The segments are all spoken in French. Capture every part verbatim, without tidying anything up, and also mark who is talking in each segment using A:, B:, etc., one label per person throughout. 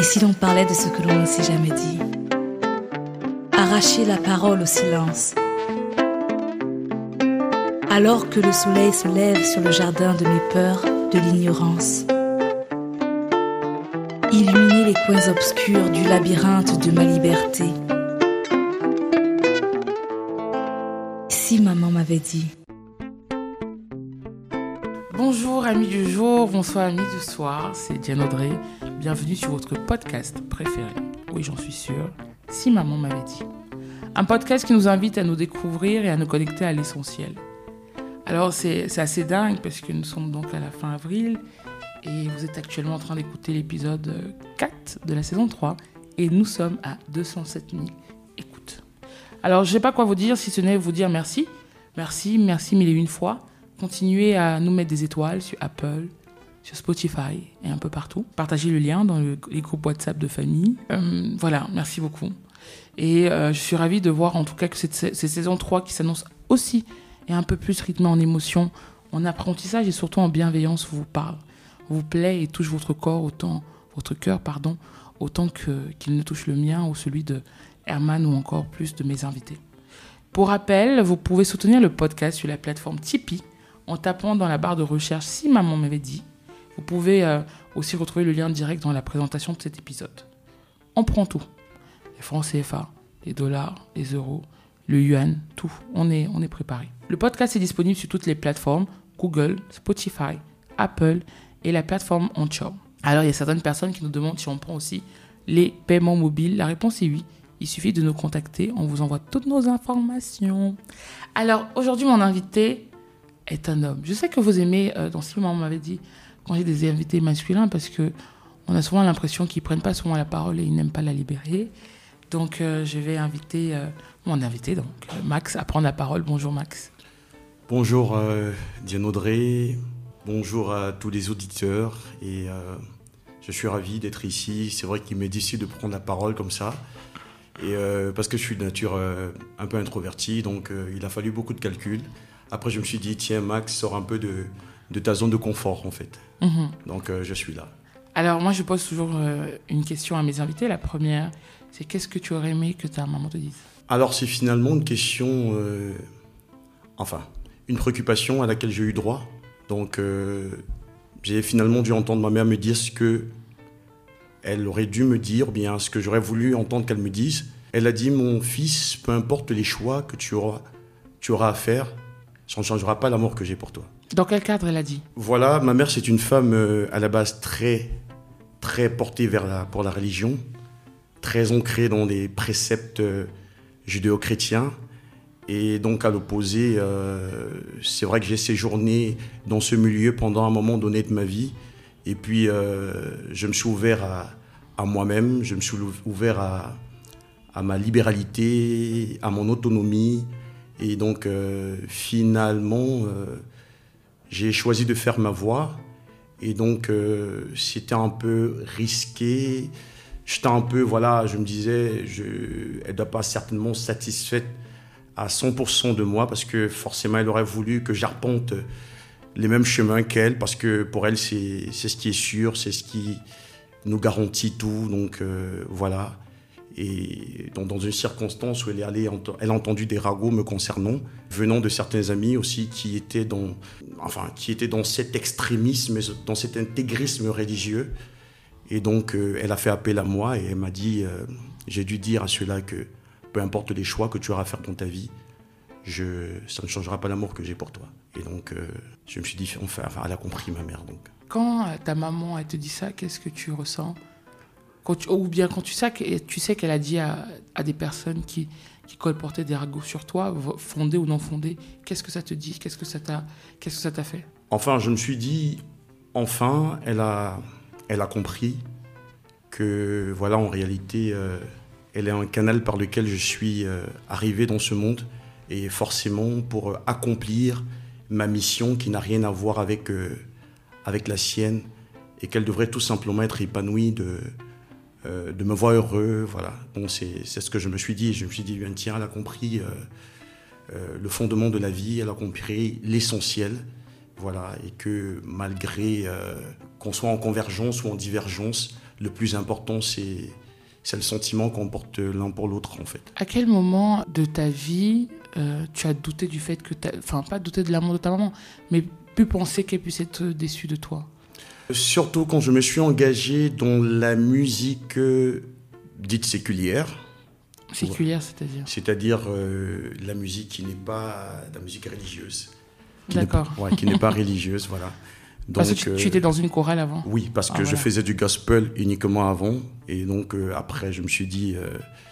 A: si l'on parlait de ce que l'on ne s'est jamais dit? Arracher la parole au silence. Alors que le soleil se lève sur le jardin de mes peurs, de l'ignorance. Illuminer les coins obscurs du labyrinthe de ma liberté. Si maman m'avait dit.
B: Bonjour amis du jour, bonsoir amis du soir, c'est Diane Audrey. Bienvenue sur votre podcast préféré. Oui, j'en suis sûre. Si maman m'avait dit. Un podcast qui nous invite à nous découvrir et à nous connecter à l'essentiel. Alors c'est, c'est assez dingue parce que nous sommes donc à la fin avril et vous êtes actuellement en train d'écouter l'épisode quatre de la saison trois et nous sommes à deux cent sept mille écoutes. Alors je ne sais pas quoi vous dire si ce n'est vous dire merci. Merci, merci mille et une fois. Continuez à nous mettre des étoiles sur Apple, sur Spotify et un peu partout. Partagez le lien dans le, les groupes WhatsApp de famille. Euh, voilà, merci beaucoup. Et euh, je suis ravie de voir en tout cas que cette, cette saison trois qui s'annonce aussi et un peu plus rythmée en émotion, en apprentissage et surtout en bienveillance vous parle, vous plaît et touche votre corps autant, votre cœur pardon, autant que, qu'il ne touche le mien ou celui de Herman ou encore plus de mes invités. Pour rappel, vous pouvez soutenir le podcast sur la plateforme Tipeee en tapant dans la barre de recherche « Si maman m'avait dit ». Vous pouvez euh, aussi retrouver le lien direct dans la présentation de cet épisode. On prend tout. Les francs C F A, les dollars, les euros, le yuan, tout. On est, on est préparé. Le podcast est disponible sur toutes les plateformes, Google, Spotify, Apple et la plateforme Anchor. Alors, il y a certaines personnes qui nous demandent si on prend aussi les paiements mobiles. La réponse est oui. Il suffit de nous contacter. On vous envoie toutes nos informations. Alors, aujourd'hui, mon invité est un homme. Je sais que vous aimez, euh, dans ce moment, on m'avait dit, quand j'ai des invités masculins, parce qu'on a souvent l'impression qu'ils ne prennent pas souvent la parole et ils n'aiment pas la libérer. Donc, euh, je vais inviter euh, mon invité, donc, euh, Max, à prendre la parole. Bonjour, Max.
C: Bonjour, euh, Diane Audrey. Bonjour à tous les auditeurs. Et euh, je suis ravi d'être ici. C'est vrai qu'il m'est difficile de prendre la parole comme ça. Et, euh, parce que je suis de nature euh, un peu introvertie, donc euh, il a fallu beaucoup de calculs. Après, je me suis dit, tiens, Max, sors un peu de, de ta zone de confort, en fait. Mm-hmm. Donc, euh, je suis là.
B: Alors, moi, je pose toujours euh, une question à mes invités. La première, c'est qu'est-ce que tu aurais aimé que ta maman te dise ?
C: Alors, c'est finalement une question... Euh, enfin, une préoccupation à laquelle j'ai eu droit. Donc, euh, j'ai finalement dû entendre ma mère me dire ce qu'elle aurait dû me dire, ou bien ce que j'aurais voulu entendre qu'elle me dise. Elle a dit, mon fils, peu importe les choix que tu auras, tu auras à faire, ça ne changera pas l'amour que j'ai pour toi.
B: Dans quel cadre elle a dit ?
C: Voilà, ma mère, c'est une femme euh, à la base très, très portée vers la, pour la religion, très ancrée dans des préceptes euh, judéo-chrétiens. Et donc, à l'opposé, euh, c'est vrai que j'ai séjourné dans ce milieu pendant un moment donné de ma vie. Et puis, euh, je me suis ouvert à, à moi-même, je me suis ouvert à, à ma libéralité, à mon autonomie. Et donc, euh, finalement, euh, j'ai choisi de faire ma voie. Et donc, euh, c'était un peu risqué. J'étais un peu, voilà, je me disais, je, elle ne doit pas certainement satisfaite à cent pour cent de moi parce que forcément, elle aurait voulu que j'arpente les mêmes chemins qu'elle parce que pour elle, c'est, c'est ce qui est sûr, c'est ce qui nous garantit tout. Donc, euh, voilà. Et donc dans une circonstance où elle, est allée, elle a entendu des ragots me concernant, venant de certains amis aussi qui étaient dans, enfin, qui étaient dans cet extrémisme, dans cet intégrisme religieux. Et donc, euh, elle a fait appel à moi et elle m'a dit, euh, j'ai dû dire à ceux-là que peu importe les choix que tu auras à faire dans ta vie, je, ça ne changera pas l'amour que j'ai pour toi. Et donc, euh, je me suis dit, enfin, enfin, elle a compris, ma mère. Donc.
B: Quand euh, ta maman, elle te dit ça, qu'est-ce que tu ressens ? Quand tu, ou bien quand tu sais, tu sais qu'elle a dit à, à des personnes qui, qui colportaient des ragots sur toi, fondés ou non fondés, qu'est-ce que ça te dit ? Qu'est-ce que ça t'a, qu'est-ce que ça t'a fait ?
C: Enfin, je me suis dit, enfin, elle a, elle a compris que, voilà, en réalité, euh, elle est un canal par lequel je suis euh, arrivé dans ce monde et forcément pour euh, accomplir ma mission qui n'a rien à voir avec, euh, avec la sienne et qu'elle devrait tout simplement être épanouie de... Euh, de me voir heureux, voilà. Bon, c'est, c'est ce que je me suis dit. Je me suis dit, bien, tiens, elle a compris euh, euh, le fondement de la vie, elle a compris l'essentiel, voilà, et que malgré euh, qu'on soit en convergence ou en divergence, le plus important, c'est, c'est le sentiment qu'on porte l'un pour l'autre, en fait.
B: À quel moment de ta vie euh, tu as douté du fait que... Enfin, pas douté de l'amour de ta maman, mais pu penser qu'elle puisse être déçue de toi?
C: Surtout quand je me suis engagé dans la musique euh, dite séculière.
B: Séculière, c'est-à-dire
C: C'est-à-dire euh, la musique qui n'est pas la musique religieuse. Qui
B: D'accord.
C: N'est, ouais, qui n'est pas religieuse, voilà. Donc,
B: parce que tu, euh, tu étais dans une chorale avant?
C: Oui, parce que ah, je voilà. faisais du gospel uniquement avant. Et donc, euh, après, je me suis dit, euh,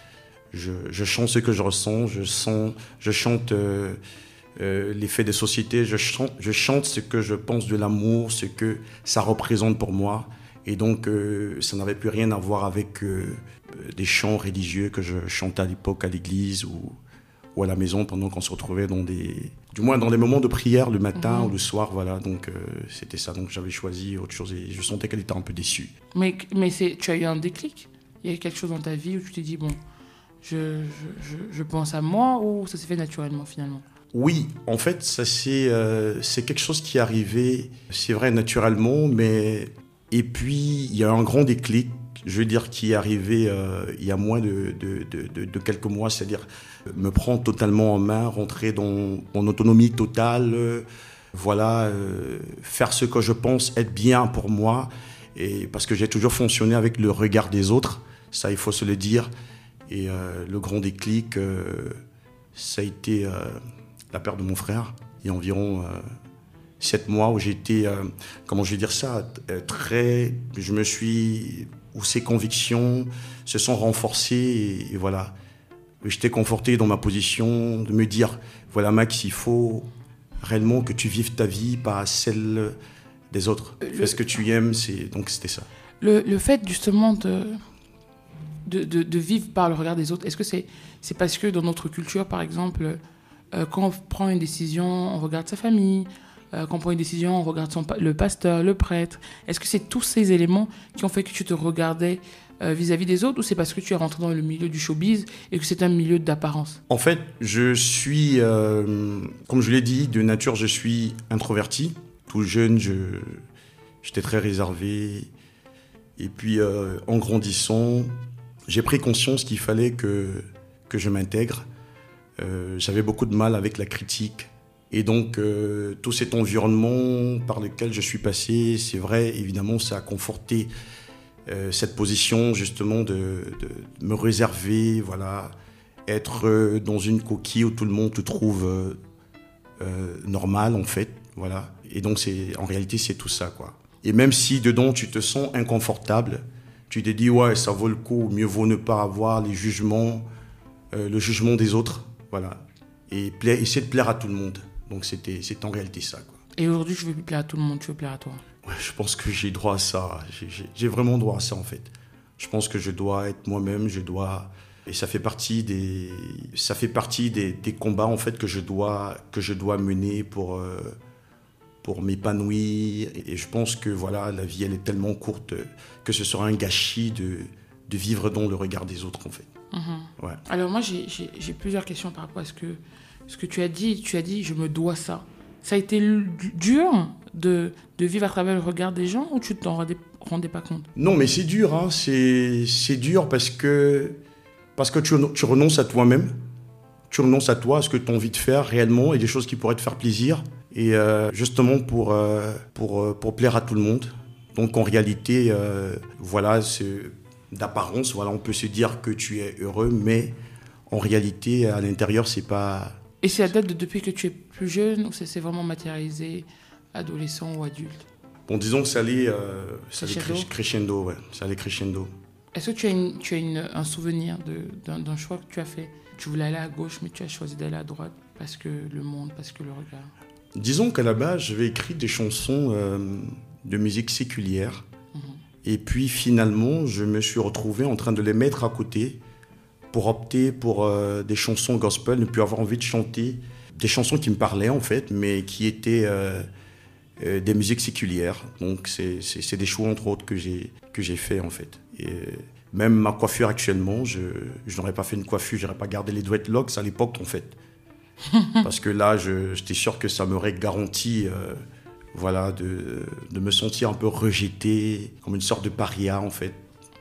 C: je, je chante ce que je ressens, je, sens, je chante euh, euh, les faits des sociétés, je chante, je chante ce que je pense de l'amour, ce que ça représente pour moi. Et donc, euh, ça n'avait plus rien à voir avec euh, des chants religieux que je chantais à l'époque à l'église ou, ou à la maison pendant qu'on se retrouvait dans des... Du moins, dans des moments de prière le matin mmh. ou le soir, voilà. Donc, euh, c'était ça. Donc, j'avais choisi autre chose et je sentais qu'elle était un peu déçue.
B: Mais, mais c'est, tu as eu un déclic? Il y a quelque chose dans ta vie où tu t'es dit, bon, je, je, je, je pense à moi, ou ça s'est fait naturellement, finalement?
C: Oui, en fait, ça c'est, euh, c'est quelque chose qui est arrivé, c'est vrai, naturellement, mais... Et puis, il y a un grand déclic, je veux dire, qui est arrivé euh, il y a moins de, de, de, de, de quelques mois, c'est-à-dire me prendre totalement en main, rentrer dans mon autonomie totale, euh, voilà, euh, faire ce que je pense être bien pour moi, et parce que j'ai toujours fonctionné avec le regard des autres, ça il faut se le dire, et euh, le grand déclic, euh, ça a été euh, la perte de mon frère, il y a environ... Euh, sept mois où j'étais, euh, comment je vais dire ça, euh, très, je me suis, où ces convictions se sont renforcées et, et voilà, j'étais conforté dans ma position de me dire, voilà Max, il faut réellement que tu vives ta vie, pas celle des autres. Le, Fais ce que tu aimes, c'est, donc c'était ça.
B: Le, le fait justement de, de, de, de vivre par le regard des autres, est-ce que c'est, c'est parce que dans notre culture, par exemple, euh, quand on prend une décision, on regarde sa famille, Euh, quand on prend une décision, on regarde son, le pasteur, le prêtre. Est-ce que c'est tous ces éléments qui ont fait que tu te regardais euh, vis-à-vis des autres, ou c'est parce que tu es rentré dans le milieu du showbiz et que c'est un milieu d'apparence?
C: En fait, je suis, euh, comme je l'ai dit, de nature, je suis introverti. Tout jeune, je, j'étais très réservé. Et puis, euh, en grandissant, j'ai pris conscience qu'il fallait que, que je m'intègre. Euh, j'avais beaucoup de mal avec la critique. Et donc, euh, tout cet environnement par lequel je suis passé, c'est vrai, évidemment, ça a conforté euh, cette position, justement, de, de me réserver, voilà, être euh, dans une coquille où tout le monde te trouve euh, euh, normal, en fait, voilà. Et donc, c'est, en réalité, c'est tout ça, quoi. Et même si, dedans, tu te sens inconfortable, tu te dis, ouais, ça vaut le coup, mieux vaut ne pas avoir les jugements, euh, le jugement des autres, voilà. Et pla- essayer de plaire à tout le monde. Donc c'était, c'est en réalité ça, quoi.
B: Et aujourd'hui, je veux plus plaire à tout le monde, tu veux plaire à toi?
C: Ouais, je pense que j'ai droit à ça. J'ai, j'ai, j'ai vraiment droit à ça, en fait. Je pense que je dois être moi-même, je dois... Et ça fait partie des, ça fait partie des, des combats, en fait, que je dois, que je dois mener pour, euh, pour m'épanouir. Et je pense que, voilà, la vie, elle est tellement courte que ce sera un gâchis de, de vivre dans le regard des autres, en fait.
B: Mmh. Ouais. Alors moi, j'ai, j'ai, j'ai plusieurs questions par rapport à ce que... Ce que tu as dit, tu as dit, je me dois ça. Ça a été dur de, de vivre à travers le regard des gens, ou tu ne t'en rendais, rendais pas compte?
C: Non, mais c'est dur, hein. c'est, c'est dur parce que, parce que tu, tu renonces à toi-même, tu renonces à toi, à ce que tu as envie de faire réellement, et des choses qui pourraient te faire plaisir, et euh, justement pour, euh, pour, pour plaire à tout le monde. Donc en réalité, euh, voilà, c'est, d'apparence, voilà, on peut se dire que tu es heureux, mais en réalité, à l'intérieur, c'est pas...
B: Et c'est à date de depuis que tu es plus jeune, ou ça s'est vraiment matérialisé, adolescent ou adulte?
C: Bon, disons que ça allait, euh, ça allait crescendo, crescendo, ouais, ça allait crescendo.
B: Est-ce que tu as, une, tu as une, un souvenir de, d'un, d'un choix que tu as fait? Tu voulais aller à gauche, mais tu as choisi d'aller à droite, parce que le monde, parce que le regard.
C: Disons qu'à la base, j'avais écrit des chansons euh, de musique séculière, mmh. et puis finalement, je me suis retrouvé en train de les mettre à côté, pour opter pour euh, des chansons gospel, ne plus avoir envie de chanter des chansons qui me parlaient en fait, mais qui étaient euh, euh, des musiques séculières. Donc c'est, c'est, c'est des choix entre autres que j'ai, que j'ai fait en fait. Et même ma coiffure actuellement, je, je n'aurais pas fait une coiffure, je n'aurais pas gardé les dreadlocks à l'époque en fait. Parce que là, je, j'étais sûr que ça m'aurait garanti euh, voilà, de, de me sentir un peu rejeté, comme une sorte de paria en fait.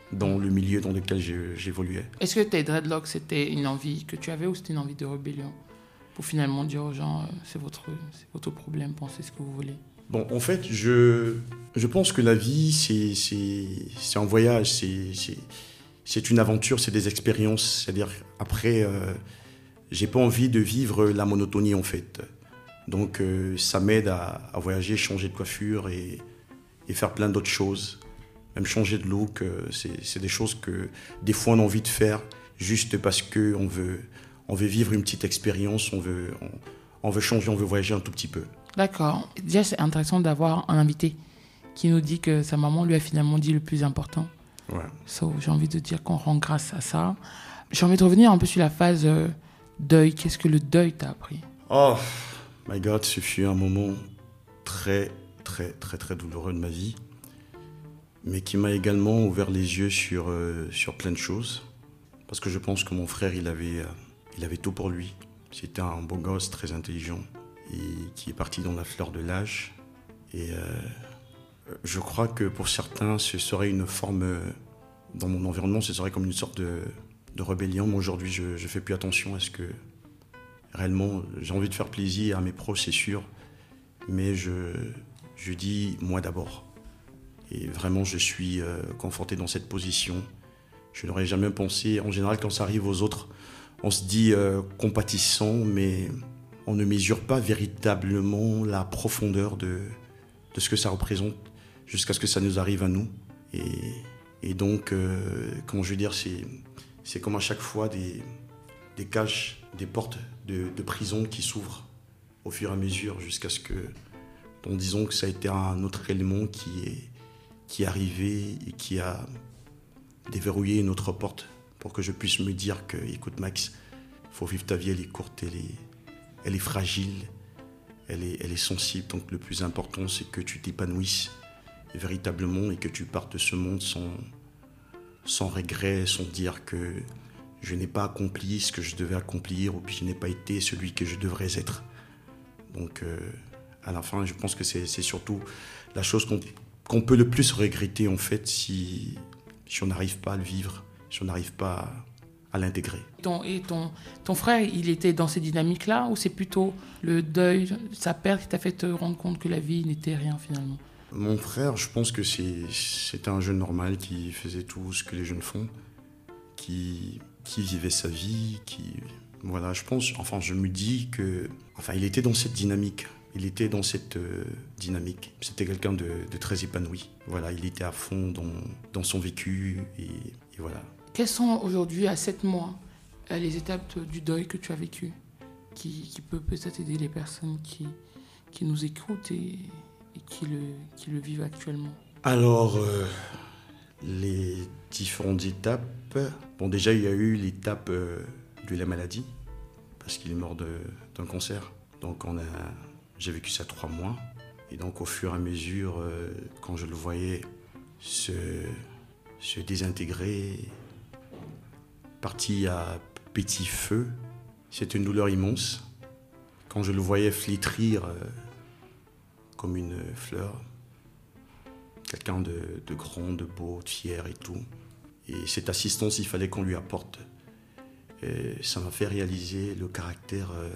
C: dans le milieu dans lequel je, j'évoluais.
B: Est-ce que tes dreadlocks, c'était une envie que tu avais ou c'était une envie de rébellion? Pour finalement dire aux gens, euh, c'est votre, c'est votre problème, pensez ce que vous voulez.
C: Bon, en fait, je, je pense que la vie, c'est, c'est, c'est un voyage, c'est, c'est, c'est une aventure, c'est des expériences. C'est-à-dire, après, euh, j'ai pas envie de vivre la monotonie, en fait. Donc, euh, ça m'aide à, à voyager, changer de coiffure et, et faire plein d'autres choses. Même changer de look, euh, c'est, c'est des choses que des fois on a envie de faire juste parce qu'on veut, on veut vivre une petite expérience, on veut, on, on veut changer, on veut voyager un tout petit peu.
B: D'accord. Déjà, c'est intéressant d'avoir un invité qui nous dit que sa maman lui a finalement dit le plus important.
C: Ouais.
B: So, j'ai envie de dire qu'on rend grâce à ça. J'ai envie de revenir un peu sur la phase euh, deuil. Qu'est-ce que le deuil t'a appris?
C: Oh my God, ce fut un moment très, très, très, très douloureux de ma vie, mais qui m'a également ouvert les yeux sur, euh, sur plein de choses. Parce que je pense que mon frère, il avait, euh, il avait tout pour lui. C'était un beau gosse, très intelligent, et qui est parti dans la fleur de l'âge. Et euh, je crois que pour certains, ce serait une forme, euh, dans mon environnement, ce serait comme une sorte de, de rébellion. Moi, aujourd'hui, je ne fais plus attention à ce que... Réellement, j'ai envie de faire plaisir à mes proches, c'est sûr. Mais je, je dis moi d'abord. Et vraiment, je suis euh, conforté dans cette position. Je n'aurais jamais pensé. En général, quand ça arrive aux autres, on se dit euh, compatissant, mais on ne mesure pas véritablement la profondeur de, de ce que ça représente jusqu'à ce que ça nous arrive à nous. Et, et donc, euh, comment je veux dire, c'est, c'est comme à chaque fois des, des cages, des portes de, de prison qui s'ouvrent au fur et à mesure jusqu'à ce que, donc, disons que ça a été un autre élément qui est, qui est arrivé et qui a déverrouillé une autre porte pour que je puisse me dire que, écoute Max, il faut vivre ta vie, elle est courte, elle est, elle est fragile, elle est, elle est sensible. Donc le plus important, c'est que tu t'épanouisses véritablement et que tu partes de ce monde sans, sans regret, sans dire que je n'ai pas accompli ce que je devais accomplir ou que je n'ai pas été celui que je devrais être. Donc euh, à la fin, je pense que c'est, c'est surtout la chose qu'on, qu'on peut le plus regretter en fait si, si on n'arrive pas à le vivre, si on n'arrive pas à, à l'intégrer.
B: Ton, et ton, ton frère, il était dans ces dynamiques-là ou c'est plutôt le deuil, sa perte qui t'a fait te rendre compte que la vie n'était rien finalement?
C: Mon frère, je pense que c'est, c'était un jeune normal qui faisait tout ce que les jeunes font, qui, qui vivait sa vie, qui... Voilà, je pense, enfin je me dis que... Enfin, il était dans cette dynamique, il était dans cette euh, dynamique. C'était quelqu'un de, de très épanoui. Voilà, il était à fond dans, dans son vécu et, et voilà.
B: Quelles sont aujourd'hui, à sept mois, les étapes du deuil que tu as vécu qui, qui peut peut-être aider les personnes qui, qui nous écoutent et, et qui, le, qui le vivent actuellement?
C: Alors, euh, les différentes étapes... Bon, déjà, il y a eu l'étape euh, de la maladie, parce qu'il est mort de, d'un cancer. Donc, on a, j'ai vécu ça trois mois. Et donc, au fur et à mesure, euh, quand je le voyais se, se désintégrer, parti à petit feu, c'était une douleur immense. Quand je le voyais flétrir euh, comme une fleur, quelqu'un de, de grand, de beau, de fier et tout. Et cette assistance, il fallait qu'on lui apporte. Et ça m'a fait réaliser le caractère, euh,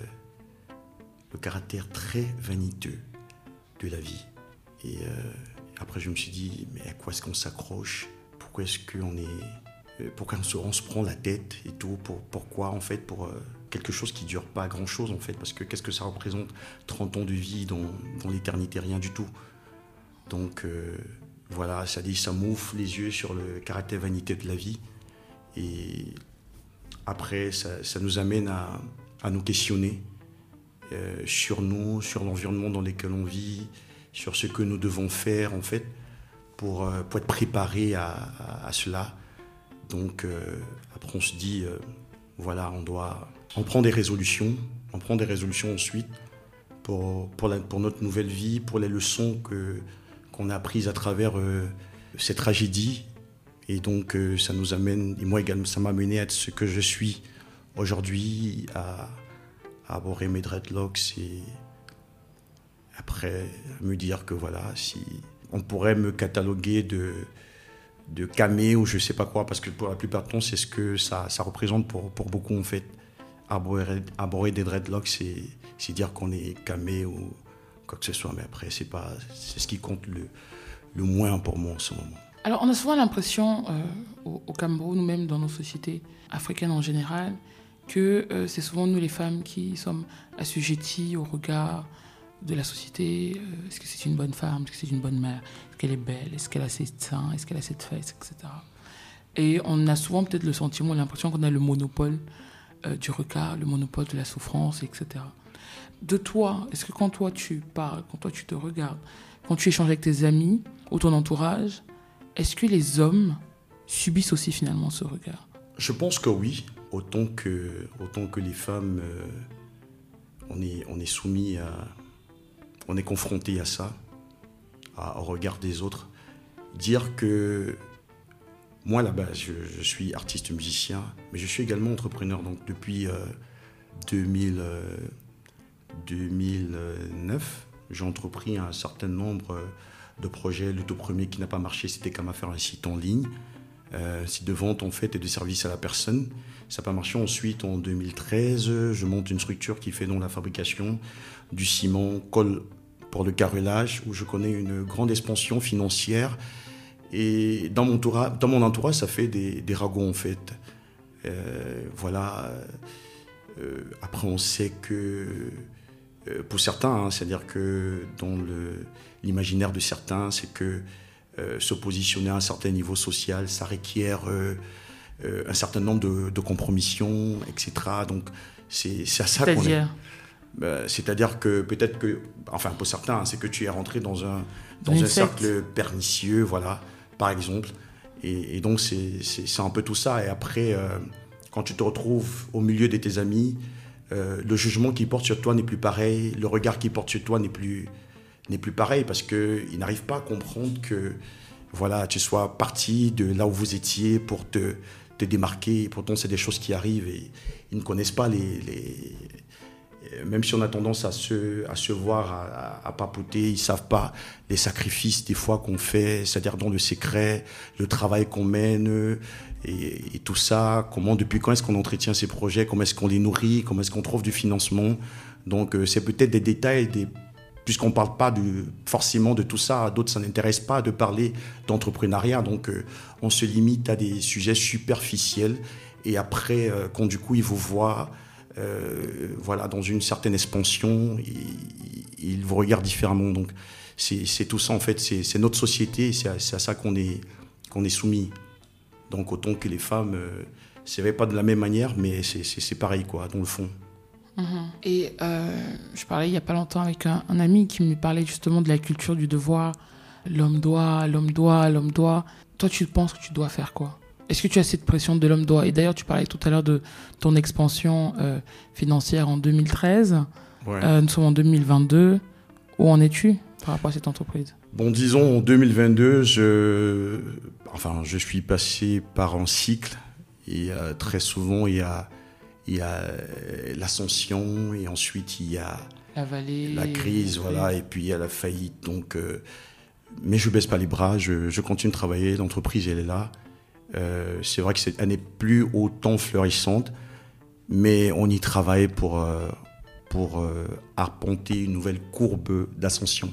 C: le caractère très vaniteux de la vie. Et euh, après, je me suis dit, mais à quoi est-ce qu'on s'accroche? Pourquoi est-ce qu'on est... euh, pourquoi on se, on se prend la tête et tout? pour, Pourquoi, en fait, pour euh, quelque chose qui ne dure pas grand-chose, en fait? Parce que qu'est-ce que ça représente? trente ans de vie dans, dans l'éternité, rien du tout. Donc... Euh, Voilà, ça dit, ça m'ouvre les yeux sur le caractère vaniteux de la vie. Et après, ça, ça nous amène à, à nous questionner euh, sur nous, sur l'environnement dans lequel on vit, sur ce que nous devons faire, en fait, pour, euh, pour être préparés à, à, à cela. Donc, euh, après, on se dit, euh, voilà, on doit... On prend des résolutions, on prend des résolutions ensuite pour, pour, la, pour notre nouvelle vie, pour les leçons que... qu'on a apprises à travers euh, cette tragédie. Et donc, euh, ça nous amène, et moi également, ça m'a amené à être ce que je suis aujourd'hui, à, à aborder mes dreadlocks et après, à me dire que voilà, si on pourrait me cataloguer de, de camé ou je ne sais pas quoi, parce que pour la plupart du temps, c'est ce que ça, ça représente pour, pour beaucoup, en fait. Arborer, arborer des dreadlocks, c'est, c'est dire qu'on est camé ou quoi que ce soit, mais après, c'est, pas, c'est ce qui compte le, le moins pour moi en ce moment.
B: Alors, on a souvent l'impression, euh, au, au Cameroun ou même dans nos sociétés africaines en général, que euh, c'est souvent nous les femmes qui sommes assujetties au regard de la société. Euh, est-ce que c'est une bonne femme? Est-ce que c'est une bonne mère? Est-ce qu'elle est belle? Est-ce qu'elle a ses seins? Est-ce qu'elle a cette fesse? Etc. Et on a souvent peut-être le sentiment, l'impression qu'on a le monopole euh, du regard, le monopole de la souffrance, et cetera. De toi, est-ce que quand toi tu parles, quand toi tu te regardes, quand tu échanges avec tes amis ou ton entourage, est-ce que les hommes subissent aussi finalement ce regard? Je
C: pense que oui, autant que, autant que les femmes, euh, on, est, on est soumis à... On est confronté à ça, à, au regard des autres. Dire que moi, là-bas, je, je suis artiste musicien, mais je suis également entrepreneur. Donc, depuis euh, deux mille, euh, deux mille neuf, j'ai entrepris un certain nombre de projets. Le tout premier qui n'a pas marché, c'était comment faire un site en ligne, euh, un site de vente en fait et de service à la personne. Ça n'a pas marché. Ensuite, en deux mille treize, je monte une structure qui fait donc la fabrication du ciment, colle pour le carrelage, où je connais une grande expansion financière. Et dans mon entourage, dans mon entourage ça fait des, des ragots en fait. Euh, voilà. Euh, après, on sait que euh, pour certains, hein, c'est-à-dire que dans le, l'imaginaire de certains, c'est que euh, se positionner à un certain niveau social, ça requiert euh, euh, un certain nombre de, de compromissions, et cetera. Donc, c'est, c'est à ça qu'on est.
B: C'est-à-dire
C: Euh, c'est-à-dire que peut-être que, enfin pour certains, c'est que tu es rentré dans un, dans un cercle pernicieux, voilà, par exemple. Et, et donc c'est, c'est, c'est un peu tout ça. Et après, euh, quand tu te retrouves au milieu de tes amis, euh, le jugement qu'ils portent sur toi n'est plus pareil, le regard qu'ils portent sur toi n'est plus, n'est plus pareil, parce qu'ils n'arrivent pas à comprendre que voilà, tu sois parti de là où vous étiez pour te, te démarquer. Et pourtant, c'est des choses qui arrivent et ils ne connaissent pas les... les même si on a tendance à se, à se voir, à, à, à papoter, ils ne savent pas les sacrifices des fois qu'on fait, c'est-à-dire dans le secret, le travail qu'on mène et, et tout ça, comment, depuis quand est-ce qu'on entretient ces projets, comment est-ce qu'on les nourrit, comment est-ce qu'on trouve du financement. Donc euh, c'est peut-être des détails, des, puisqu'on ne parle pas de, forcément de tout ça, à d'autres ça n'intéresse pas de parler d'entrepreneuriat, donc euh, on se limite à des sujets superficiels et après euh, quand du coup ils vous voient Euh, voilà, dans une certaine expansion, ils, ils vous regardent différemment. Donc, c'est, c'est tout ça, en fait, c'est, c'est notre société, c'est à, c'est à ça qu'on est, qu'on est soumis. Donc, autant que les femmes, euh, c'est vrai, pas de la même manière, mais c'est, c'est, c'est pareil, quoi, dans le fond.
B: Mmh. Et euh, je parlais il n'y a pas longtemps avec un, un ami qui me parlait justement de la culture du devoir. L'homme doit, l'homme doit, l'homme doit. Toi, tu penses que tu dois faire quoi ? Est-ce que tu as cette pression de l'homme doit ? Et d'ailleurs, tu parlais tout à l'heure de ton expansion euh, financière en deux mille treize. Ouais. Euh, nous sommes en deux mille vingt-deux. Où en es-tu par rapport à cette entreprise ?
C: Bon, disons, en deux mille vingt-deux, je, enfin, je suis passé par un cycle. Et euh, très souvent, il y a, il y a l'ascension et ensuite, il y a
B: la, vallée,
C: la crise, la voilà, et puis il y a la faillite. Donc, euh, mais je ne baisse pas les bras, je, je continue de travailler. L'entreprise, elle est là. Euh, c'est vrai qu'elle n'est plus autant florissante, mais on y travaille pour, euh, pour euh, arpenter une nouvelle courbe d'ascension.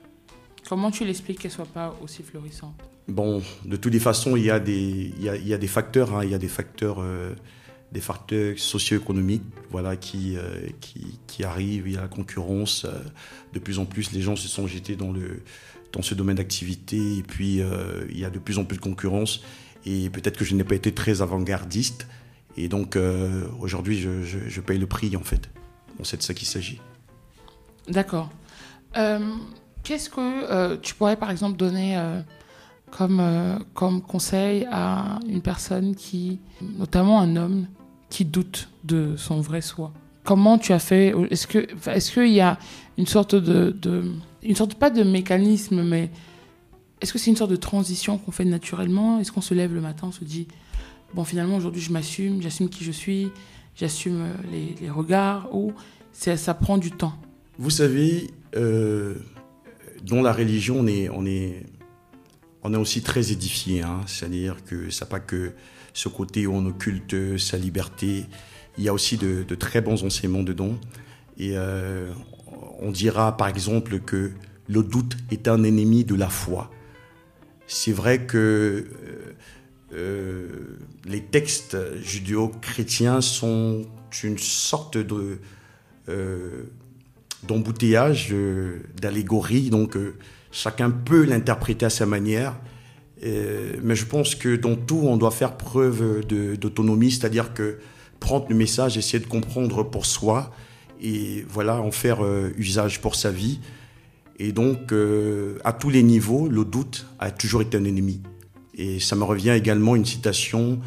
B: Comment tu l'expliques qu'elle ne soit pas aussi florissante ?
C: Bon, de toutes les façons, il y a des, il y a, il y a des facteurs, hein, il y a des facteurs, euh, des facteurs socio-économiques, voilà, qui, euh, qui, qui arrivent. Il y a la concurrence. Euh, de plus en plus, les gens se sont jetés dans, le, dans ce domaine d'activité, et puis euh, il y a de plus en plus de concurrence. Et peut-être que je n'ai pas été très avant-gardiste. Et donc, euh, aujourd'hui, je, je, je paye le prix, en fait. Bon, c'est de ça qu'il s'agit.
B: D'accord. Euh, qu'est-ce que euh, tu pourrais, par exemple, donner euh, comme, euh, comme conseil à une personne qui, notamment un homme, qui doute de son vrai soi ? Comment tu as fait ? Est-ce que, est-ce qu'il y a une sorte de, de... Une sorte, pas de mécanisme, mais... Est-ce que c'est une sorte de transition qu'on fait naturellement ? Est-ce qu'on se lève le matin, on se dit « Bon, finalement, aujourd'hui, je m'assume, j'assume qui je suis, j'assume les, les regards » ou c'est, ça prend du temps ?
C: Vous savez, euh, dans la religion, on est, on est, on est aussi très édifié, hein, c'est-à-dire que ça n'a pas que ce côté où on occulte sa liberté, il y a aussi de, de très bons enseignements dedans. Et euh, on dira par exemple que le doute est un ennemi de la foi. C'est vrai que euh, euh, les textes judéo-chrétiens sont une sorte de, euh, d'embouteillage, euh, d'allégorie, donc euh, chacun peut l'interpréter à sa manière. Euh, mais je pense que dans tout, on doit faire preuve de, d'autonomie, c'est-à-dire que prendre le message, essayer de comprendre pour soi et voilà, en faire euh, usage pour sa vie. Et donc, euh, à tous les niveaux, le doute a toujours été un ennemi. Et ça me revient également une citation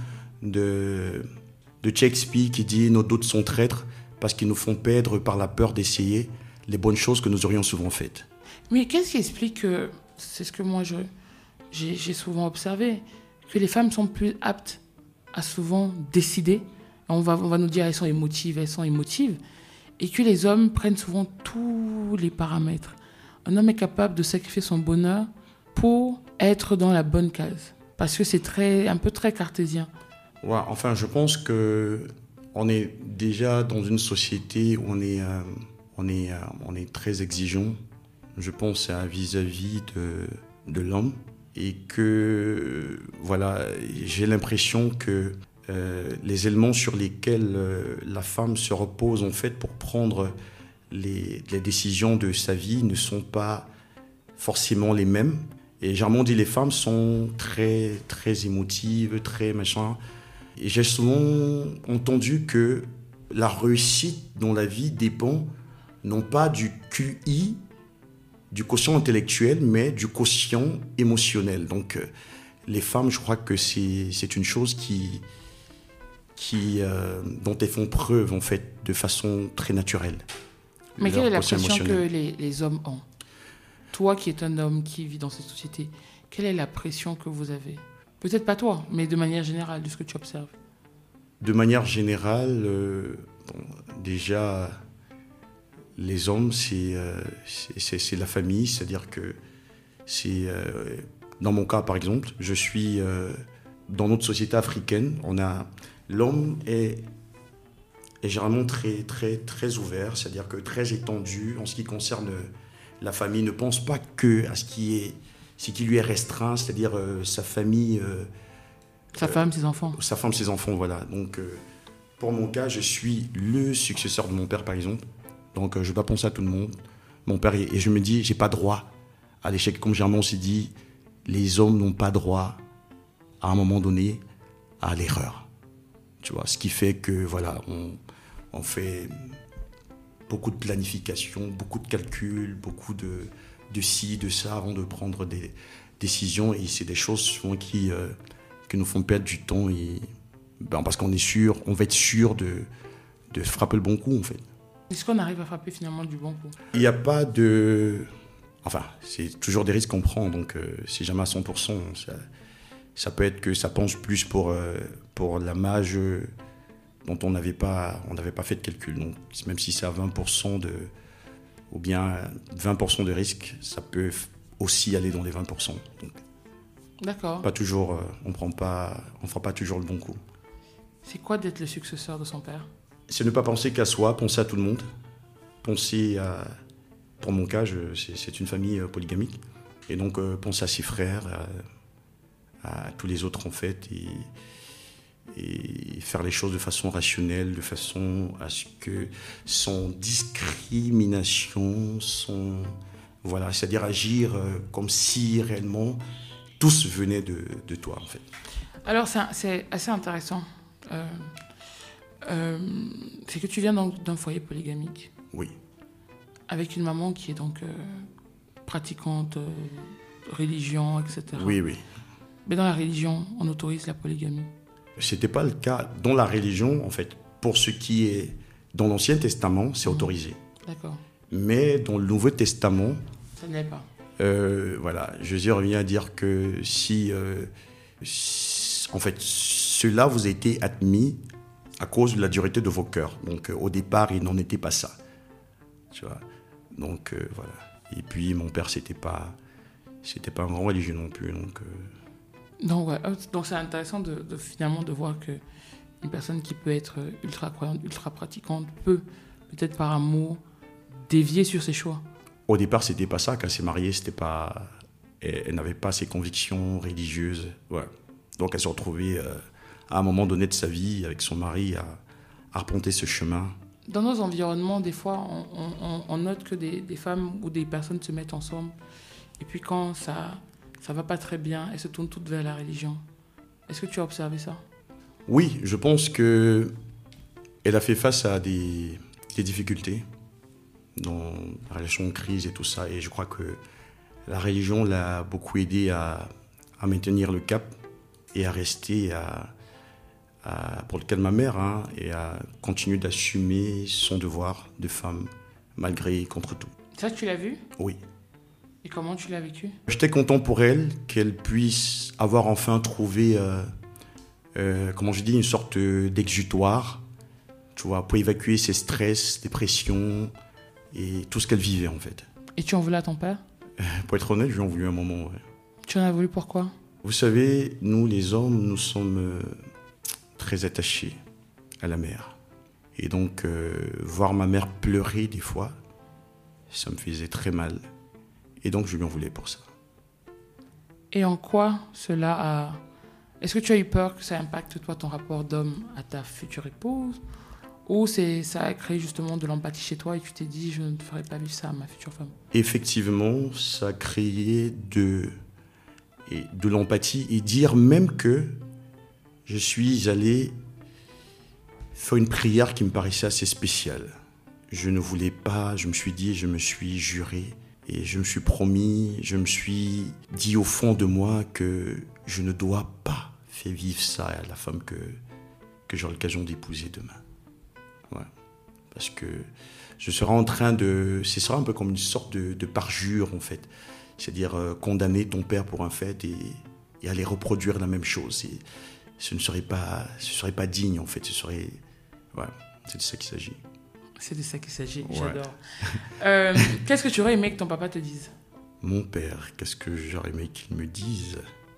C: de, de Shakespeare qui dit « Nos doutes sont traîtres parce qu'ils nous font perdre par la peur d'essayer les bonnes choses que nous aurions souvent faites. »
B: Mais qu'est-ce qui explique que, c'est ce que moi je, j'ai, j'ai souvent observé, que les femmes sont plus aptes à souvent décider. On va, on va nous dire elles sont émotives, elles sont émotives, et que les hommes prennent souvent tous les paramètres. Un homme est capable de sacrifier son bonheur pour être dans la bonne case, parce que c'est très, un peu très cartésien.
C: Ouais, enfin, je pense qu'on est déjà dans une société où on est, euh, on est, euh, on est très exigeant, je pense, à vis-à-vis de, de l'homme, et que, voilà, j'ai l'impression que euh, les éléments sur lesquels euh, la femme se repose, en fait, pour prendre les, les décisions de sa vie ne sont pas forcément les mêmes. Et généralement, on dit les femmes sont très, très émotives, très machin. Et j'ai souvent entendu que la réussite dans la vie dépend non pas du Q I, du quotient intellectuel, mais du quotient émotionnel. Donc, euh, les femmes, je crois que c'est, c'est une chose qui, qui, euh, dont elles font preuve, en fait, de façon très naturelle.
B: Mais quelle est la pression que les, les hommes ont ? Toi qui es un homme qui vit dans cette société, quelle est la pression que vous avez ? Peut-être pas toi, mais de manière générale, de ce que tu observes.
C: De manière générale, euh, bon, déjà, les hommes, c'est, euh, c'est, c'est, c'est la famille, c'est-à-dire que c'est... Euh, dans mon cas, par exemple, je suis... Euh, dans notre société africaine, on a... L'homme est, est généralement très, très, très ouvert, c'est-à-dire que très étendu en ce qui concerne la famille, ne pense pas que à ce qui est... ce qui lui est restreint, c'est-à-dire euh, sa famille... Euh,
B: sa femme, euh, ses enfants.
C: Sa femme, ses enfants, voilà. Donc, euh, pour mon cas, je suis le successeur de mon père, par exemple. Donc, euh, je ne vais pas penser à tout le monde. Mon père, et je me dis, je n'ai pas droit à l'échec. Comme généralement, on s'est dit, les hommes n'ont pas droit, à un moment donné, à l'erreur. Tu vois, ce qui fait que, voilà, on, on fait beaucoup de planification, beaucoup de calculs, beaucoup de... de ci, de ça, avant de prendre des décisions. Et c'est des choses souvent qui, euh, qui nous font perdre du temps. Et, ben, parce qu'on est sûr, on va être sûr de, de frapper le bon coup, en fait.
B: Est-ce qu'on arrive à frapper finalement du bon coup ?
C: Il n'y a pas de... Enfin, c'est toujours des risques qu'on prend, donc euh, c'est jamais à cent pour cent. Ça, ça peut être que ça penche plus pour, euh, pour la marge dont on n'avait pas, on n'avait pas fait de calcul. Donc, même si c'est à vingt pour cent de... ou bien vingt pour cent de risque, ça peut aussi aller dans les vingt pour cent. Donc,
B: d'accord.
C: Pas toujours, euh, on prend pas, on fera pas toujours le bon coup.
B: C'est quoi d'être le successeur de son père ?
C: C'est ne pas penser qu'à soi, penser à tout le monde. Penser à... Pour mon cas, je, c'est, c'est une famille polygamique. Et donc, euh, penser à ses frères, à, à tous les autres, en fait, et, et faire les choses de façon rationnelle, de façon à ce que sans discrimination, sans... Voilà, c'est-à-dire agir euh, comme si réellement tous venaient de, de toi, en fait.
B: Alors, c'est, c'est assez intéressant. Euh, euh, c'est que tu viens donc d'un foyer polygamique.
C: Oui.
B: Avec une maman qui est donc euh, pratiquante, euh, religion, et cetera.
C: Oui, oui.
B: Mais dans la religion, on autorise la polygamie.
C: Ce n'était pas le cas dans la religion, en fait. Pour ce qui est dans l'Ancien Testament, c'est mmh. autorisé.
B: D'accord.
C: Mais dans le Nouveau Testament...
B: Ça ne l'est pas.
C: Euh, voilà, Jésus revient à dire que si, euh, si... En fait, cela vous a été admis à cause de la dureté de vos cœurs. Donc, euh, au départ, il n'en était pas ça. Tu vois. Donc, euh, voilà. Et puis, mon père, c'était pas... c'était pas un grand religieux non plus. Donc, euh...
B: donc, ouais. donc c'est intéressant de, de, finalement de voir qu'une personne qui peut être ultra croyante, ultra pratiquante, peut peut-être par amour dévier sur ses choix.
C: Au départ, c'était pas ça. Quand elle s'est mariée, c'était pas... elle, elle n'avait pas ses convictions religieuses. Ouais. Donc elle s'est retrouvée euh, à un moment donné de sa vie avec son mari à, à arpenter ce chemin.
B: Dans nos environnements, des fois, on, on, on note que des, des femmes ou des personnes se mettent ensemble. Et puis quand ça ça va pas très bien, elles se tournent toutes vers la religion. Est-ce que tu as observé ça?
C: Oui, je pense qu'elle a fait face à des, des difficultés dans la relation de crise et tout ça. Et je crois que la religion l'a beaucoup aidé à, à maintenir le cap et à rester à, à, pour le cas de ma mère, hein, et à continuer d'assumer son devoir de femme, malgré et contre tout.
B: Ça, tu l'as vu?
C: Oui.
B: Et comment tu l'as vécu?
C: J'étais content pour elle qu'elle puisse avoir enfin trouvé, euh, euh, comment je dis, une sorte d'exutoire, tu vois, pour évacuer ses stress, dépressions et tout ce qu'elle vivait en fait.
B: Et tu en voulais à ton père?
C: euh, Pour être honnête, je lui en voulu un moment. Ouais.
B: Tu en as voulu pourquoi?
C: Vous savez, nous les hommes, nous sommes euh, très attachés à la mère. Et donc, euh, voir ma mère pleurer des fois, ça me faisait très mal. Et donc, je lui en voulais pour ça.
B: Et en quoi cela a... Est-ce que tu as eu peur que ça impacte, toi, ton rapport d'homme à ta future épouse? Ou c'est, ça a créé justement de l'empathie chez toi et tu t'es dit, je ne ferai pas vivre ça à ma future femme?
C: Effectivement, ça a créé de, et de l'empathie et dire même que je suis allé faire une prière qui me paraissait assez spéciale. Je ne voulais pas, je me suis dit, je me suis juré et je me suis promis, je me suis dit au fond de moi que je ne dois pas faire vivre ça à la femme que, que j'aurai l'occasion d'épouser demain. Ouais. Parce que je serai en train de... Ce sera un peu comme une sorte de, de parjure, en fait. C'est-à-dire euh, condamner ton père pour un fait et, et aller reproduire la même chose. Et ce ne serait pas, ce serait pas digne, en fait. Ce serait... Ouais, c'est de ça qu'il s'agit.
B: C'est de ça qu'il s'agit,
C: Ouais.
B: j'adore. euh, qu'est-ce que tu aurais aimé que ton papa te dise?
C: Mon père, qu'est-ce que j'aurais aimé qu'il me dise?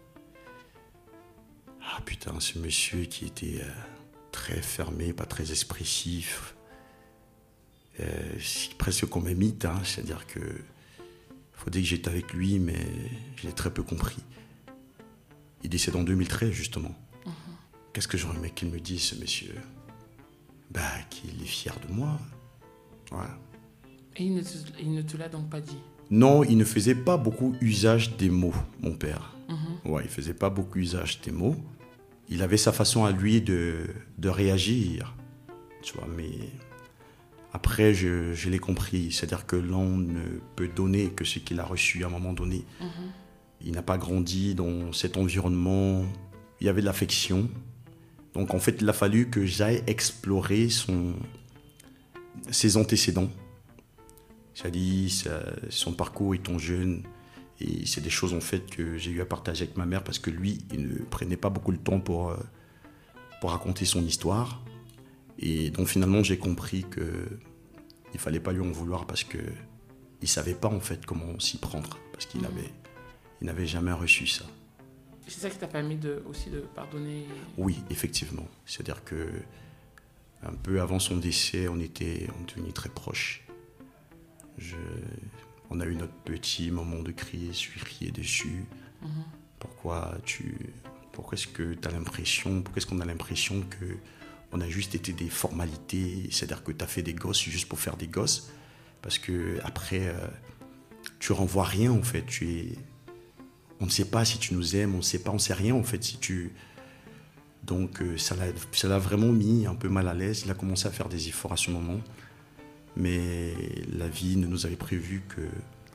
C: Ah putain, ce monsieur qui était euh, très fermé, pas très expressif. Euh, c'est presque comme un mythe, hein, c'est-à-dire que faut dire que j'étais avec lui, mais je l'ai très peu compris. Il décède en deux mille treize, justement. Mm-hmm. Qu'est-ce que j'aurais aimé qu'il me dise, ce monsieur? Bah, qu'il est fier de moi. Ouais.
B: Et il ne, te, il ne te l'a donc pas dit?
C: Non, il ne faisait pas beaucoup usage des mots, mon père.
B: Mm-hmm.
C: Ouais, il faisait pas beaucoup usage des mots. Il avait sa façon à lui de, de réagir, tu vois, mais après, je, je l'ai compris. C'est-à-dire que l'homme ne peut donner que ce qu'il a reçu à un moment donné. Mm-hmm. Il n'a pas grandi dans cet environnement. Il y avait de l'affection. Donc, en fait, il a fallu que j'aille explorer son, ses antécédents. C'est-à-dire son parcours étant jeune. Et c'est des choses, en fait, que j'ai eu à partager avec ma mère parce que lui, il ne prenait pas beaucoup de temps pour, pour raconter son histoire. Et donc, finalement, j'ai compris qu'il ne fallait pas lui en vouloir parce qu'il ne savait pas, en fait, comment s'y prendre. Parce qu'il n'avait mmh. il n'avait jamais reçu ça.
B: C'est ça qui t'a permis de, aussi de pardonner?
C: Oui, effectivement. C'est-à-dire que un peu avant son décès, on était, on était devenus très proches. Je, on a eu notre petit moment de crier, je suis crié dessus. Mm-hmm. Pourquoi tu, pourquoi est-ce que tu as l'impression, pourquoi est-ce qu'on a l'impression que on a juste été des formalités, c'est-à-dire que tu as fait des gosses juste pour faire des gosses, parce que après, euh, tu renvoies rien en fait. Tu es, on ne sait pas si tu nous aimes, on ne sait pas, on ne sait rien en fait si tu. Donc euh, ça l'a, ça l'a vraiment mis un peu mal à l'aise. Il a commencé à faire des efforts à ce moment. Mais la vie ne nous avait prévu que,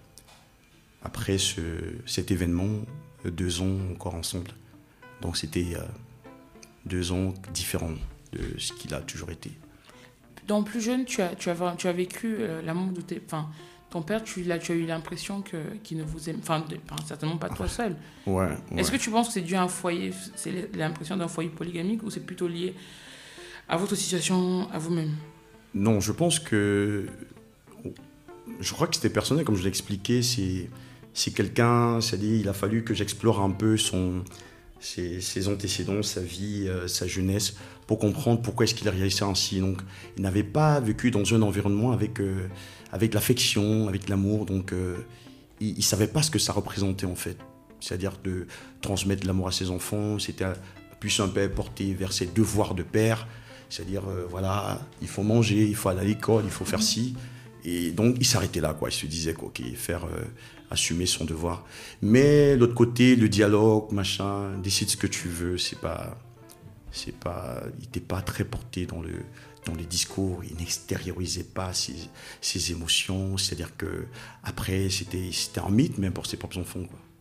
C: après ce, cet événement, deux ans encore ensemble. Donc c'était euh, deux ans différents de ce qu'il a toujours été.
B: Dans plus jeune, tu as, tu as, tu as vécu euh, l'amour de tes... Enfin, ton père, tu, là, tu as eu l'impression que, qu'il ne vous aime... Enfin, de, enfin certainement pas toi seul.
C: Ouais, ouais.
B: Est-ce que tu penses que c'est dû à un foyer... C'est l'impression d'un foyer polygamique ou c'est plutôt lié à votre situation, à vous-même?
C: Non, je pense que... Je crois que c'était personnel, comme je l'ai expliqué, c'est, c'est quelqu'un, c'est-à-dire il a fallu que j'explore un peu son, ses, ses antécédents, sa vie, euh, sa jeunesse, pour comprendre pourquoi est-ce qu'il a réalisé ainsi. Donc, il n'avait pas vécu dans un environnement avec, euh, avec l'affection, avec l'amour, donc euh, il ne savait pas ce que ça représentait en fait. C'est-à-dire de transmettre l'amour à ses enfants, c'était plus un peu porté vers ses devoirs de père, c'est-à-dire, euh, voilà, il faut manger, il faut aller à l'école, il faut faire ci. Et donc, il s'arrêtait là, quoi. Il se disait, quoi, ok, faire, euh, assumer son devoir. Mais l'autre côté, le dialogue, machin, décide ce que tu veux, c'est pas, c'est pas, il n'était pas très porté dans le, dans les discours. Il n'extériorisait pas ses, ses émotions. C'est-à-dire que après, c'était, c'était un mythe même pour ses propres enfants,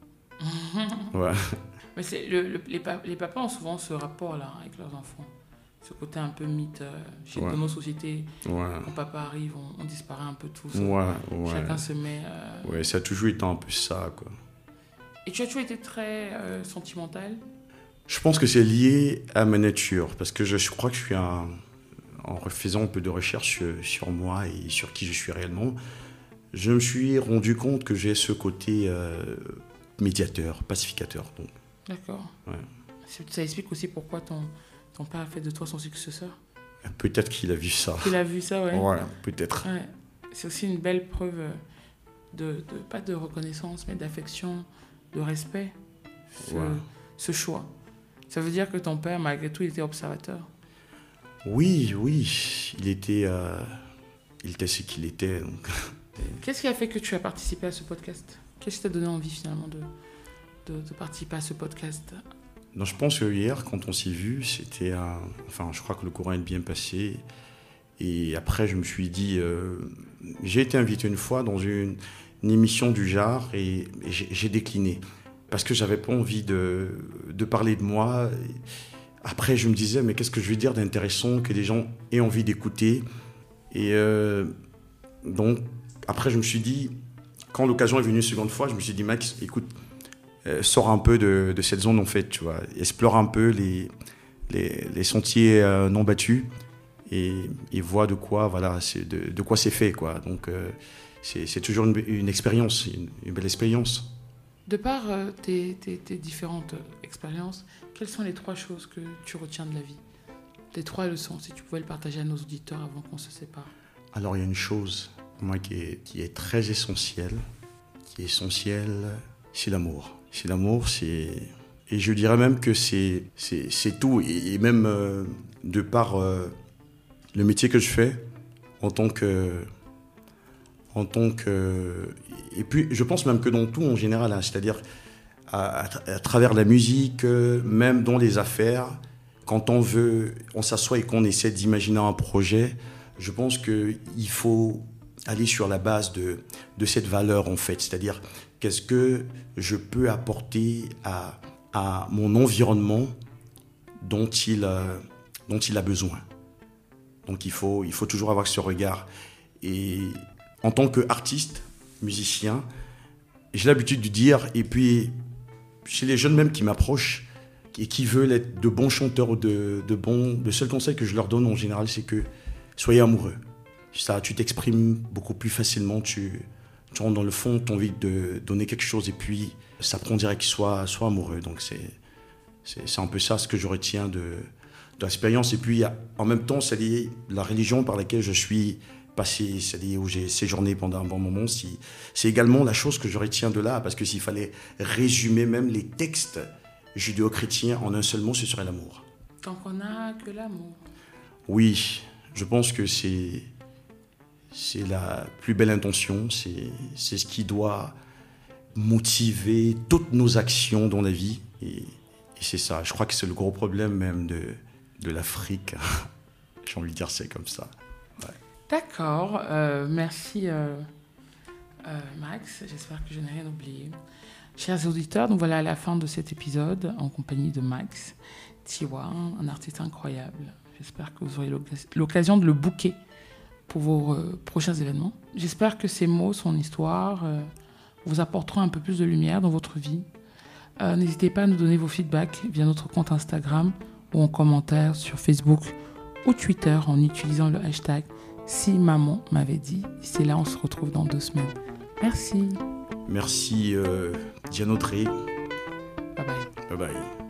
C: quoi. Ouais.
B: Mais c'est le, le, les, pa- les papas ont souvent ce rapport-là avec leurs enfants. Ce côté un peu mythe. Euh, chez
C: Ouais.
B: dans nos sociétés,
C: Ouais.
B: quand papa arrive, on, on disparaît un peu tous.
C: Ouais, ouais.
B: Chacun se met... euh,
C: Ouais, ça a toujours été un peu ça, quoi.
B: Et tu as toujours été très euh, sentimental.
C: Je pense que c'est lié à ma nature, parce que je, je crois que je suis un... En refaisant un peu de recherche sur, sur moi et sur qui je suis réellement, je me suis rendu compte que j'ai ce côté euh, médiateur, pacificateur. Donc,
B: D'accord.
C: ouais.
B: C'est- Ça explique aussi pourquoi ton, ton père a fait de toi son successeur.
C: Peut-être qu'il a vu ça.
B: Il a vu ça, ouais.
C: Ouais, peut-être.
B: Ouais. C'est aussi une belle preuve de, de pas de reconnaissance, mais d'affection, de respect, ce,
C: Ouais.
B: ce choix. Ça veut dire que ton père, malgré tout, il était observateur.
C: Oui, oui, il était, euh, il était ce qu'il était. Donc.
B: Qu'est-ce qui a fait que tu as participé à ce podcast? Qu'est-ce qui t'a donné envie finalement de, de, de participer à ce podcast?
C: Non, je pense que hier, quand on s'est vu, c'était un... Enfin, je crois que le courant est bien passé. Et après, je me suis dit... euh, J'ai été invité une fois dans une, une émission du genre et, et j'ai, j'ai décliné. Parce que j'avais pas envie de, de parler de moi. Après, je me disais, mais qu'est-ce que je vais dire d'intéressant que les gens aient envie d'écouter? Et euh, donc, après, je me suis dit... Quand l'occasion est venue une seconde fois, je me suis dit, Max, écoute... Euh, sors un peu de, de cette zone en fait, tu vois, explore un peu les, les, les sentiers euh, non battus et, et vois de quoi, voilà, c'est de, de quoi c'est fait, quoi. Donc euh, c'est, c'est toujours une, une expérience, une, une belle expérience.
B: De par euh, tes, tes, tes différentes euh, expériences, quelles sont les trois choses que tu retiens de la vie? Les trois leçons, si tu pouvais le partager à nos auditeurs avant qu'on se sépare.
C: Alors il y a une chose, pour moi, qui est, qui est très essentielle, qui est essentielle, c'est l'amour. C'est l'amour, c'est... Et je dirais même que c'est, c'est, c'est tout. Et, et même euh, de par euh, le métier que je fais, en tant que... En tant que... Et puis, je pense même que dans tout en général, hein, c'est-à-dire à, à, à travers la musique, euh, même dans les affaires, quand on veut, on s'assoit et qu'on essaie d'imaginer un projet, je pense qu'il faut aller sur la base de, de cette valeur, en fait. C'est-à-dire, qu'est-ce que je peux apporter à, à mon environnement dont il, euh, dont il a besoin. Donc, il faut, il faut toujours avoir ce regard. Et en tant qu'artiste, musicien, j'ai l'habitude de dire, et puis chez les jeunes même qui m'approchent et qui veulent être de bons chanteurs ou de, de bons... Le seul conseil que je leur donne en général, c'est que soyez amoureux. Ça, tu t'exprimes beaucoup plus facilement, tu, tu rentres dans le fond, tu as envie de donner quelque chose et puis ça prend direct, sois, sois amoureux. Donc c'est, c'est, c'est un peu ça ce que je retiens de, de l'expérience. Et puis en même temps, c'est lié, la religion par laquelle je suis passé, c'est-à-dire où j'ai séjourné pendant un bon moment, c'est, c'est également la chose que je retiens de là, parce que s'il fallait résumer même les textes judéo-chrétiens en un seul mot, ce serait l'amour.
B: Tant qu'on n'a que l'amour.
C: Oui, je pense que c'est... C'est la plus belle intention, c'est, c'est ce qui doit motiver toutes nos actions dans la vie. Et, et c'est ça, je crois que c'est le gros problème même de, de l'Afrique. J'ai envie de dire c'est comme ça. Ouais.
B: D'accord, euh, merci euh, euh, Max, j'espère que je n'ai rien oublié. Chers auditeurs, donc voilà à la fin de cet épisode en compagnie de Max Tiwa, un artiste incroyable. J'espère que vous aurez l'occasion de le booker pour vos euh, prochains événements. J'espère que ces mots, son histoire, euh, vous apporteront un peu plus de lumière dans votre vie. Euh, n'hésitez pas à nous donner vos feedbacks via notre compte Instagram ou en commentaire sur Facebook ou Twitter en utilisant le hashtag Si Maman m'avait dit. D'ici là, on se retrouve dans deux semaines. Merci.
C: Merci euh, Diane Audrey.
B: Bye bye.
C: Bye bye.